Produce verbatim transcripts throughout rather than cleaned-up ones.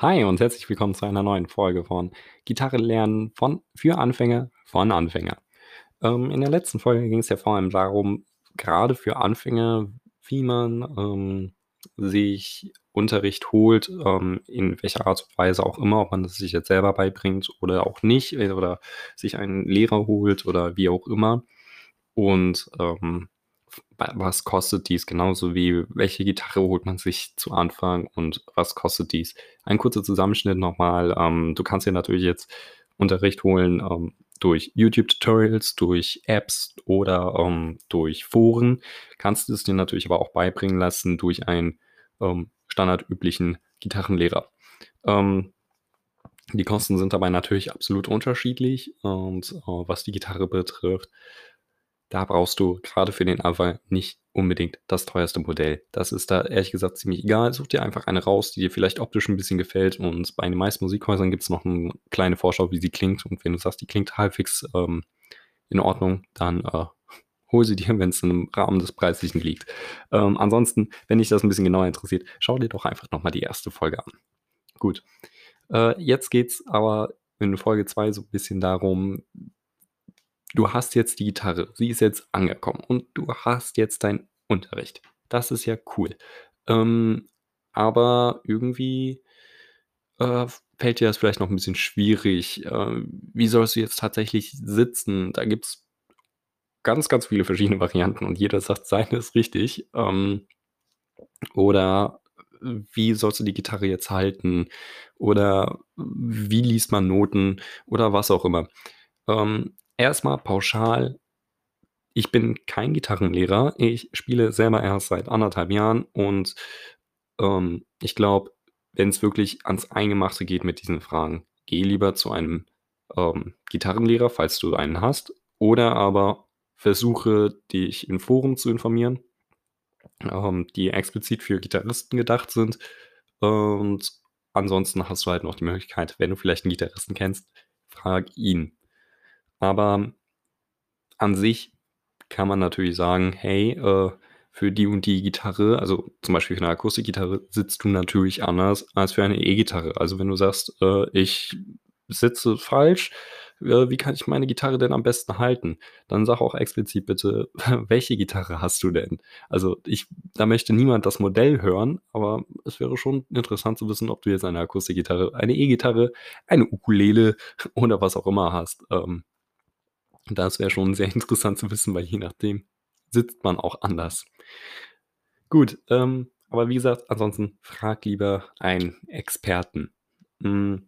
Hi und herzlich willkommen zu einer neuen Folge von Gitarre lernen von für Anfänger von Anfänger. Ähm, in der letzten Folge ging es ja vor allem darum, gerade für Anfänger, wie man, ähm, sich Unterricht holt, ähm, in welcher Art und Weise auch immer, ob man das sich jetzt selber beibringt oder auch nicht, äh, oder sich einen Lehrer holt oder wie auch immer. Und, ähm, wa was kostet dies? Genauso wie welche Gitarre holt man sich zu Anfang und was kostet dies? Ein kurzer Zusammenschnitt noch mal. Ähm, du kannst dir natürlich jetzt Unterricht holen, ähm, durch YouTube-Tutorials, durch Apps oder, ähm, durch Foren. Kannst es dir natürlich aber auch beibringen lassen durch einen, ähm, standardüblichen Gitarrenlehrer. Ähm, die Kosten sind dabei natürlich absolut unterschiedlich und, äh, was die Gitarre betrifft, da brauchst du gerade für den Anfang nicht unbedingt das teuerste Modell. Das ist da ehrlich gesagt ziemlich egal. Such dir einfach eine raus, die dir vielleicht optisch ein bisschen gefällt und bei den meisten Musikhäusern gibt's noch eine kleine Vorschau, wie sie klingt und wenn du sagst, die klingt halbwegs, ähm, in Ordnung, dann, äh, hol sie dir, wenn es im Rahmen des Preislichen liegt. Ähm, ansonsten, wenn dich das ein bisschen genauer interessiert, schau dir doch einfach noch mal die erste Folge an. Gut, äh, jetzt geht's aber in Folge zwei so ein bisschen darum, du hast jetzt die Gitarre, sie ist jetzt angekommen und du hast jetzt deinen Unterricht. Das ist ja cool. Ähm, aber irgendwie, äh, fällt dir das vielleicht noch ein bisschen schwierig. Ähm, wie sollst du jetzt tatsächlich sitzen? Da gibt's ganz, ganz viele verschiedene Varianten und jeder sagt, seine ist richtig. Ähm, oder wie sollst du die Gitarre jetzt halten? Oder wie liest man Noten oder was auch immer. Ähm, erst pauschal, ich bin kein Gitarrenlehrer. Ich spiele selber erst seit anderthalb Jahren und, ähm, ich glaube, wenn es wirklich ans Eingemachte geht mit diesen Fragen, geh lieber zu einem, ähm, Gitarrenlehrer, falls du einen hast, oder aber versuche, dich in Foren zu informieren, ähm, die explizit für Gitarristen gedacht sind. Und ansonsten hast du halt noch die Möglichkeit, wenn du vielleicht einen Gitarristen kennst, frag ihn. Aber an sich kann man natürlich sagen: „Hey, äh, für die und die Gitarre“, also, zum Beispiel für 'ne Akustikgitarre sitzt du natürlich anders als für eine E-Gitarre. Also, wenn du sagst: „Äh, ich sitze falsch, äh, wie kann ich meine Gitarre denn am besten halten?“ Dann sag auch explizit bitte: „Welche Gitarre hast du denn?“ Also, ich da möchte niemand das Modell hören, aber es wäre schon interessant zu wissen, ob du jetzt eine Akustikgitarre, eine E-Gitarre, eine Ukulele oder was auch immer hast. Ähm das wäre schon sehr interessant zu wissen, weil je nachdem sitzt man auch anders. Gut, ähm, aber wie gesagt, ansonsten frag lieber einen Experten. Hm,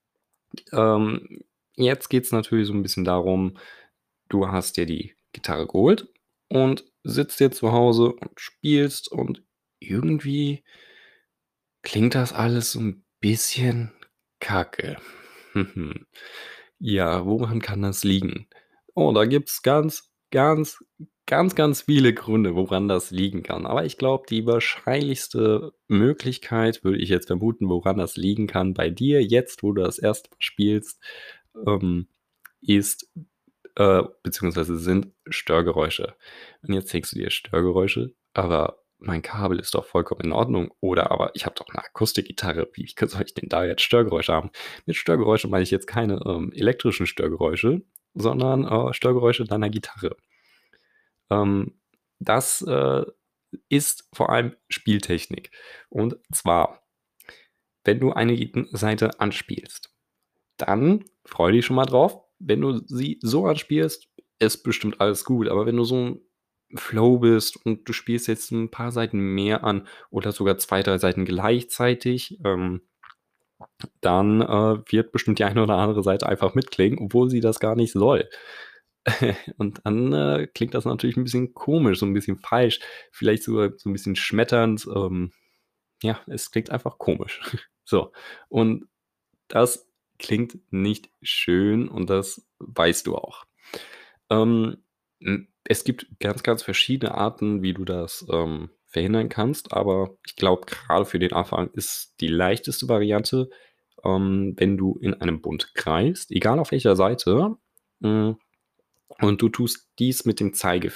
ähm, jetzt geht's natürlich so 'n bisschen darum, du hast dir die Gitarre geholt und sitzt jetzt zu Hause und spielst und irgendwie klingt das alles so 'n bisschen kacke. Mhm. Ja, woran kann das liegen? Oh, da gibt's ganz, ganz, ganz, ganz viele Gründe, woran das liegen kann. Aber ich glaube, die wahrscheinlichste Möglichkeit, würde ich jetzt vermuten, woran das liegen kann bei dir jetzt, wo du das erste Mal spielst, ähm, ist, äh beziehungsweise sind Störgeräusche. Und jetzt denkst du dir: „Störgeräusche? Aber mein Kabel ist doch vollkommen in Ordnung.“ Oder aber: „Ich habe doch 'ne Akustikgitarre. Wie k soll ich denn da jetzt Störgeräusche haben?“ Mit Störgeräusche meine ich jetzt keine, ähm, elektrischen Störgeräusche, sondern, äh, Störgeräusche deiner Gitarre. Ähm, das, äh, ist vor allem Spieltechnik. Und zwar, wenn du eine Git Saite anspielst, dann freu dich schon mal drauf. Wenn du sie so anspielst, ist bestimmt alles gut. Aber wenn du so im Flow bist und du spielst jetzt 'n paar Saiten mehr an oder sogar zwei, drei Saiten gleichzeitig, ähm, dann, äh, wird bestimmt die eine oder andere Seite einfach mitklingen, obwohl sie das gar nicht soll. Und dann, äh, klingt das natürlich 'n bisschen komisch, so 'n bisschen falsch, vielleicht sogar so 'n bisschen schmetternd. Ähm, ja, es klingt einfach komisch. So, und das klingt nicht schön und das weißt du auch. Ähm, hm, es gibt ganz, ganz verschiedene Arten, wie du das, ähm, verhindern kannst, aber ich glaube, grade für den Anfang ist die leichteste Variante, ähm, wenn du in einem Bund greifst, egal auf welcher Seite, hm, und du tust dies mit dem Zeigefinger.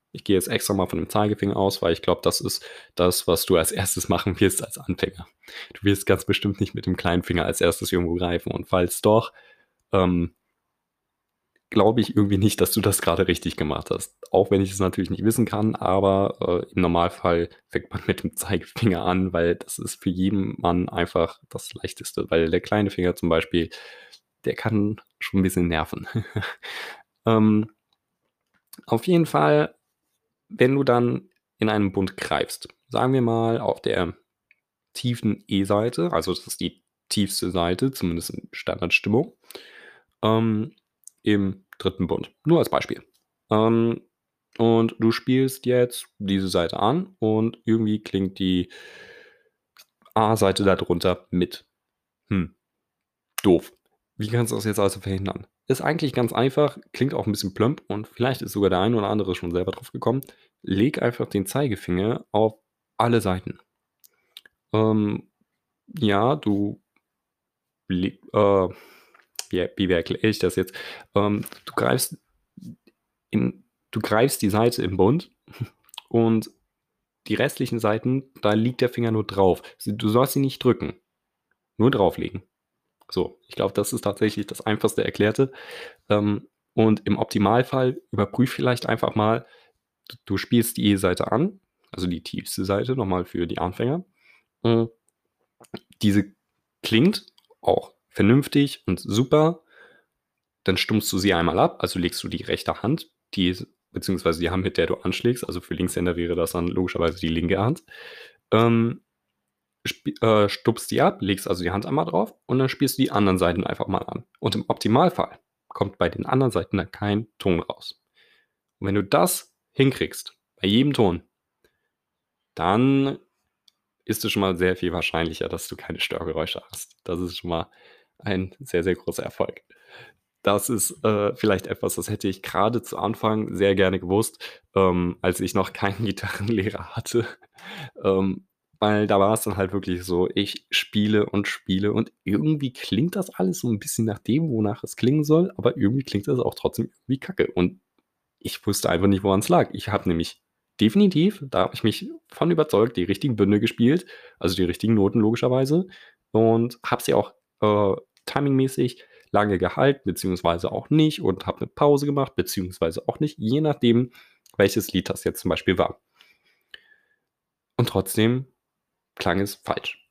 Ich gehe jetzt extra mal von dem Zeigefinger aus, weil ich glaube, das ist das, was du als erstes machen wirst als Anfänger. Du wirst ganz bestimmt nicht mit dem kleinen Finger als erstes irgendwo greifen. Und falls doch, ähm, glaube ich irgendwie nicht, dass du das gerade richtig gemacht hast. Auch wenn ich es natürlich nicht wissen kann, aber äh, im Normalfall fängt man mit dem Zeigefinger an, weil das ist für jeden Mann einfach das Leichteste. Weil der kleine Finger zum Beispiel, der kann schon ein bisschen nerven. ähm, auf jeden Fall, wenn du dann in einem Bund greifst, sagen wir mal auf der tiefen E-Seite, also das ist die tiefste Seite, zumindest in Standardstimmung, ähm, im dritten Bund. Nur als Beispiel. Ähm, und du spielst jetzt diese Seite an und irgendwie klingt die A-Seite darunter mit. Hm, doof. Wie kannst du das jetzt also verhindern? Ist eigentlich ganz einfach, klingt auch ein bisschen plump und vielleicht ist sogar der ein oder andere schon selber drauf gekommen. Leg einfach den Zeigefinger auf alle Seiten. Ähm, ja, du leg, äh, wie, wie erkläre ich das jetzt? Ähm, du greifst in, du greifst die Seite im Bund und die restlichen Seiten, da liegt der Finger nur drauf. Du sollst sie nicht drücken, nur drauflegen. So, ich glaube, das ist tatsächlich das einfachste Erklärte. Ähm, und im Optimalfall überprüf vielleicht einfach mal, du, du spielst die E-Seite an, also die tiefste Seite, nochmal für die Anfänger. Äh, diese klingt auch vernünftig und super. Dann stummst du sie einmal ab, also legst du die rechte Hand, die, beziehungsweise die Hand, mit der du anschlägst, also für Linkshänder wäre das dann logischerweise die linke Hand, ähm, sp- äh, stupst die ab, legst also die Hand einmal drauf und dann spielst du die anderen Seiten einfach mal an. Und im Optimalfall kommt bei den anderen Seiten dann kein Ton raus. Und wenn du das hinkriegst, bei jedem Ton, dann ist es schon mal sehr viel wahrscheinlicher, dass du keine Störgeräusche hast. Das ist schon mal ein sehr, sehr großer Erfolg. Das ist äh, vielleicht etwas, das hätte ich gerade zu Anfang sehr gerne gewusst, ähm, als ich noch keinen Gitarrenlehrer hatte. ähm, weil da war es dann halt wirklich so, ich spiele und spiele und irgendwie klingt das alles so ein bisschen nach dem, wonach es klingen soll, aber irgendwie klingt das auch trotzdem irgendwie kacke. Und ich wusste einfach nicht, woran es lag. Ich habe nämlich definitiv, da habe ich mich von überzeugt, die richtigen Bünde gespielt, also die richtigen Noten logischerweise und habe sie auch äh, timingmäßig lange gehalten, beziehungsweise auch nicht und habe eine Pause gemacht, beziehungsweise auch nicht, je nachdem, welches Lied das jetzt zum Beispiel war. Und trotzdem klang es falsch.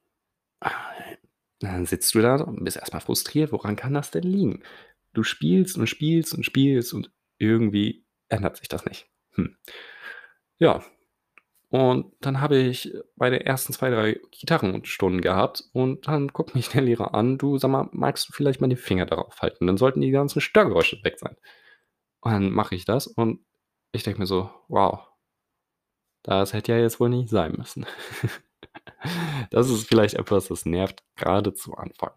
Dann sitzt du da und bist erstmal frustriert. Woran kann das denn liegen? Du spielst und spielst und spielst und irgendwie ändert sich das nicht. Hm. Ja, und dann habe ich bei den ersten zwei, drei Gitarrenstunden gehabt und dann guckt mich der Lehrer an: „Du, sag mal, magst du vielleicht mal den Finger darauf halten? Dann sollten die ganzen Störgeräusche weg sein.“ Und dann mache ich das und ich denke mir so: „Wow, das hätte ja jetzt wohl nicht sein müssen.“ Das ist vielleicht etwas, das nervt gerade zu Anfang.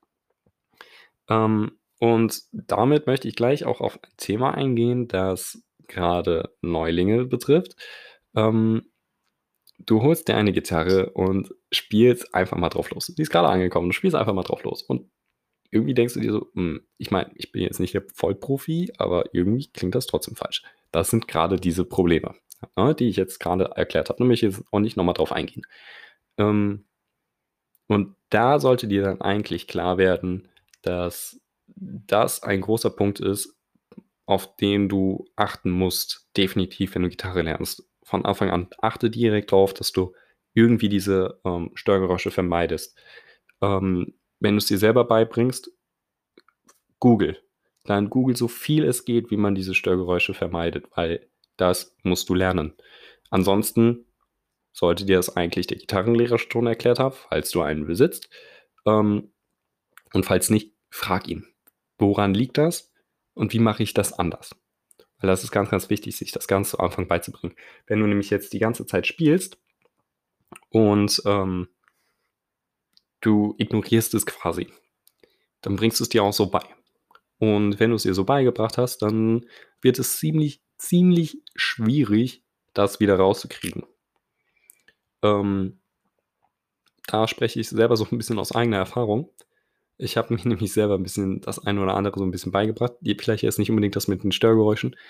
Ähm, und damit möchte ich gleich auch auf ein Thema eingehen, das gerade Neulinge betrifft. Ähm, du holst dir eine Gitarre und spielst einfach mal drauf los. Die ist gerade angekommen, du spielst einfach mal drauf los. Und irgendwie denkst du dir so: „Hm, ich meine, ich bin jetzt nicht der Vollprofi, aber irgendwie klingt das trotzdem falsch.“ Das sind gerade diese Probleme, ne, die ich jetzt gerade erklärt habe. Da möchte ich jetzt auch nicht noch mal drauf eingehen. Ähm und da sollte dir dann eigentlich klar werden, dass das ein großer Punkt ist, auf den du achten musst, definitiv, wenn du Gitarre lernst. Von Anfang an achte direkt darauf, dass du irgendwie diese ähm, Störgeräusche vermeidest. Ähm, wenn du es dir selber beibringst, Google. Dann Google so viel es geht, wie man diese Störgeräusche vermeidet, weil das musst du lernen. Ansonsten sollte dir das eigentlich der Gitarrenlehrer schon erklärt haben, falls du einen besitzt. Ähm, und falls nicht, frag ihn. Woran liegt das und wie mache ich das anders? Weil das ist ganz, ganz wichtig, sich das ganz zu Anfang beizubringen. Wenn du nämlich jetzt die ganze Zeit spielst und ähm, du ignorierst es quasi, dann bringst du es dir auch so bei. Und wenn du es dir so beigebracht hast, dann wird es ziemlich, ziemlich schwierig, das wieder rauszukriegen. Ähm, da spreche ich selber so ein bisschen aus eigener Erfahrung. Ich habe mir nämlich selber ein bisschen das eine oder andere so ein bisschen beigebracht. Vielleicht jetzt nicht unbedingt das mit den Störgeräuschen,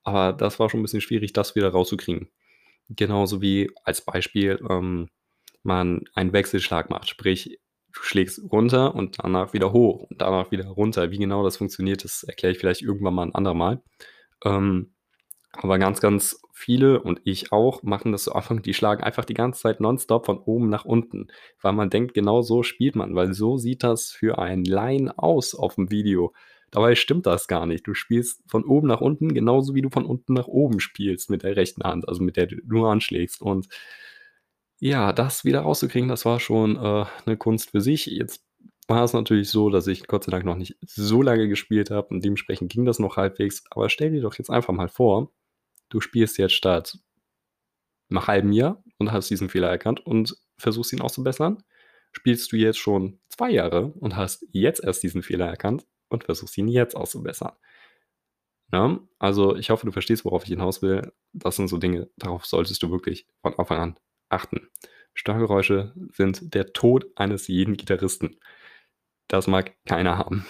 Aber das war schon 'n bisschen schwierig, das wieder rauszukriegen. Genauso wie als Beispiel, ähm, man einen Wechselschlag macht. Sprich, du schlägst runter und danach wieder hoch und danach wieder runter. Wie genau das funktioniert, das erkläre ich vielleicht irgendwann mal 'n andermal. Ähm, aber ganz, ganz viele und ich auch machen das zu Anfang, die schlagen einfach die ganze Zeit nonstop von oben nach unten, weil man denkt, genau so spielt man, weil so sieht das für einen Laien aus auf'm Video. Dabei stimmt das gar nicht. Du spielst von oben nach unten, genauso wie du von unten nach oben spielst mit der rechten Hand, also mit der du nur anschlägst. Und ja, das wieder rauszukriegen, das war schon, äh, 'ne Kunst für sich. Jetzt war es natürlich so, dass ich Gott sei Dank noch nicht so lange gespielt habe und dementsprechend ging das noch halbwegs. Aber stell dir doch jetzt einfach mal vor, du spielst jetzt statt nach halbem Jahr und hast diesen Fehler erkannt und versuchst ihn auszubessern, spielst du jetzt schon zwei Jahre und hast jetzt erst diesen Fehler erkannt und versuchst ihn jetzt auszubessern. Ne? Also, ich hoffe, du verstehst, worauf ich hinaus will. Das sind so Dinge, darauf solltest du wirklich von Anfang an achten. Störgeräusche sind der Tod eines jeden Gitarristen. Das mag keiner haben.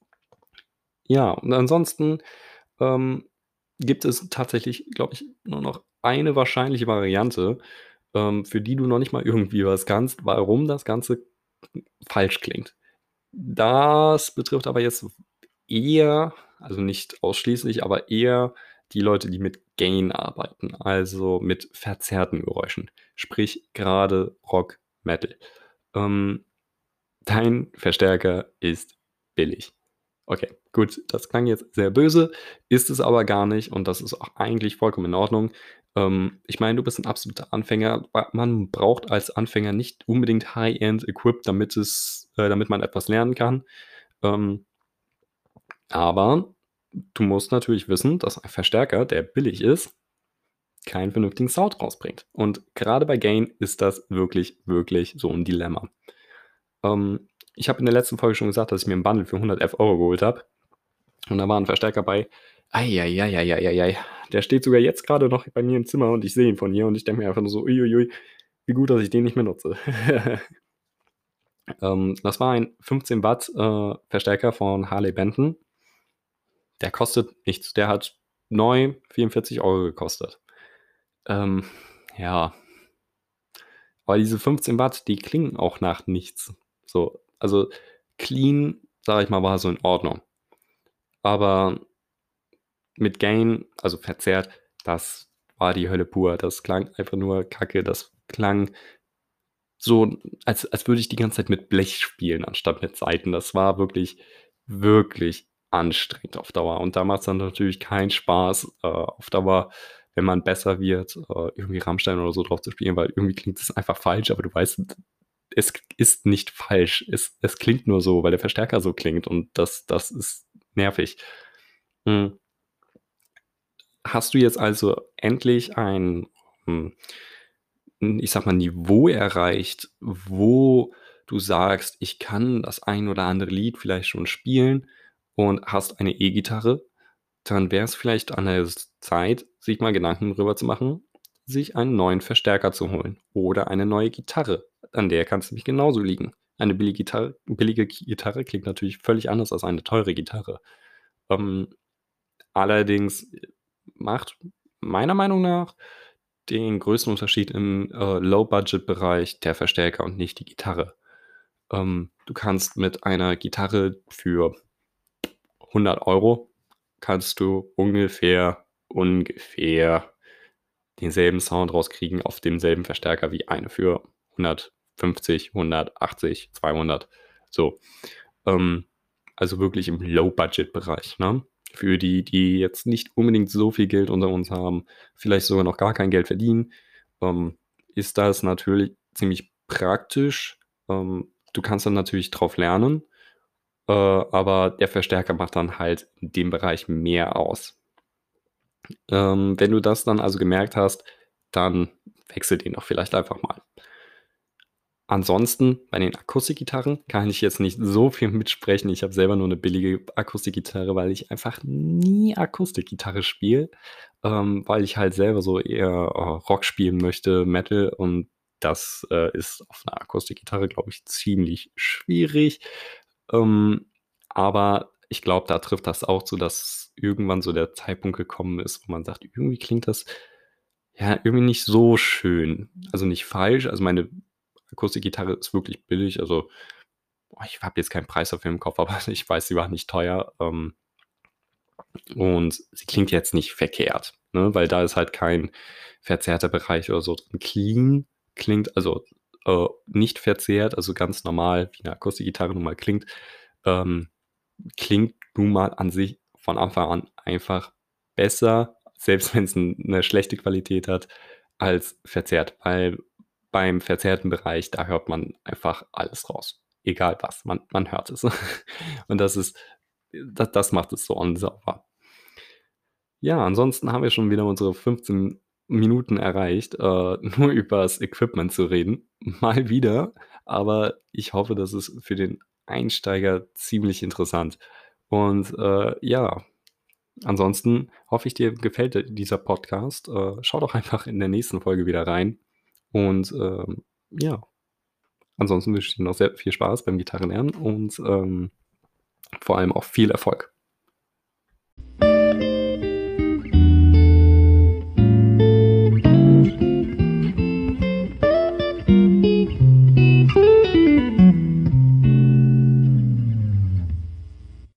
Ja, und ansonsten, ähm, gibt es tatsächlich, glaube ich, nur noch eine wahrscheinliche Variante, ähm, für die du noch nicht mal irgendwie was kannst, warum das Ganze falsch klingt. Das betrifft aber jetzt eher also nicht ausschließlich, aber eher die Leute, die mit Gain arbeiten, also mit verzerrten Geräuschen, sprich grade Rock, Metal. Ähm, dein Verstärker ist billig. Okay, gut, das klang jetzt sehr böse, ist es aber gar nicht und das ist auch eigentlich vollkommen in Ordnung. Ähm, ich meine, du bist 'n absoluter Anfänger. Wa man braucht als Anfänger nicht unbedingt High-End-Equip, damit es äh, damit man etwas lernen kann. Ähm aber du musst natürlich wissen, dass ein Verstärker, der billig ist, keinen vernünftigen Sound rausbringt. Und grade bei Gain ist das wirklich, wirklich so 'n Dilemma. Ähm, ich habe in der letzten Folge schon gesagt, dass ich mir 'n Bundle für hundertelf Euro geholt habe und da war 'n Verstärker bei. Ei, ei, ei, ei, ei, ei, ei. Der steht sogar jetzt grade noch bei mir im Zimmer und ich sehe ihn von hier und ich denke mir einfach nur so: „Ui, ui, ui, wie gut, dass ich den nicht mehr nutze.“ Ähm, das war ein fünfzehn Watt, äh, Verstärker von Harley-Benton. Der kostet nichts. Der hat neu vierundvierzig Euro gekostet. Ähm, ja. Aber diese fünfzehn Watt, die klingen auch nach nichts. So, also clean, sage ich mal, war so in Ordnung. Aber mit Gain, also verzerrt, das war die Hölle pur. Das klang einfach nur kacke. Das klang so, als als würde ich die ganze Zeit mit Blech spielen anstatt mit Saiten. Das war wirklich, wirklich anstrengend auf Dauer. Und da macht's dann natürlich keinen Spaß, äh, auf Dauer, wenn man besser wird, äh, irgendwie Rammstein oder so drauf zu spielen, weil irgendwie klingt es einfach falsch, aber du weißt, es ist nicht falsch. Es es klingt nur so, weil der Verstärker so klingt und das das ist nervig. Hm. Hast du jetzt also endlich ein, hm hm, ich sage mal, Niveau erreicht, wo du sagst: „Ich kann das ein oder andere Lied vielleicht schon spielen“ und hast eine E-Gitarre, dann wäre es vielleicht an der s Zeit, sich mal Gedanken drüber zu machen, sich einen neuen Verstärker zu holen oder eine neue Gitarre. An der kann's nämlich genauso liegen. Eine billige Gitarre billige Gitarre klingt natürlich völlig anders als eine teure Gitarre. Ähm, allerdings macht meiner Meinung nach den größten Unterschied im, äh, Low-Budget-Bereich der Verstärker und nicht die Gitarre. Ähm, du kannst mit einer Gitarre für hundert Euro kannst du ungefähr ungefähr denselben Sound rauskriegen auf demselben Verstärker wie eine für hundertfünfzig, hundertachtzig, zweihundert, so. Ähm, also wirklich im Low-Budget-Bereich, ne? Für die, die jetzt nicht unbedingt so viel Geld unter uns haben, vielleicht sogar noch gar kein Geld verdienen, ähm, ist das natürlich ziemlich praktisch. Ähm, du kannst dann natürlich drauf lernen, äh, aber der Verstärker macht dann halt in dem Bereich mehr aus. Ähm, wenn du das dann also gemerkt hast, dann wechsel den doch vielleicht einfach mal. Ansonsten bei den Akustikgitarren kann ich jetzt nicht so viel mitsprechen. Ich habe selber nur 'ne billige Akustikgitarre, weil ich einfach nie Akustikgitarre spiele, ähm, weil ich halt selber so eher, äh, Rock spielen möchte, Metal und das, äh, ist auf 'ner Akustikgitarre, glaube ich, ziemlich schwierig. Ähm, aber ich glaube, da trifft das auch zu, dass irgendwann so der Zeitpunkt gekommen ist, wo man sagt: „Irgendwie klingt das, ja, irgendwie nicht so schön.“ Also, nicht falsch, also, meine Akustikgitarre ist wirklich billig, also, boah, ich habe jetzt keinen Preis dafür im Kopf, aber ich weiß, sie war nicht teuer, ähm und sie klingt jetzt nicht verkehrt, ne, weil da ist halt kein verzerrter Bereich oder so drin. Clean klingt also, äh, nicht verzerrt, also, ganz normal, wie 'ne Akustikgitarre nun mal klingt, ähm, klingt nun mal an sich von Anfang an einfach besser, selbst wenn's 'n 'ne schlechte Qualität hat, als verzerrt, weil beim verzerrten Bereich, da hört man einfach alles raus, egal was, man man hört es. Und das ist da das macht es so unsauber. Ja, ansonsten haben wir schon wieder unsere fünfzehn Minuten erreicht, äh, nur übers Equipment zu reden, mal wieder, aber ich hoffe, das ist für den Einsteiger ziemlich interessant. Und, äh, ja, ansonsten hoffe ich, dir gefällt d dieser Podcast. Äh, schau doch einfach in der nächsten Folge wieder rein und, ähm, ja, ansonsten wünsche ich dir noch sehr viel Spaß beim Gitarrenlernen und, ähm, vor allem auch viel Erfolg.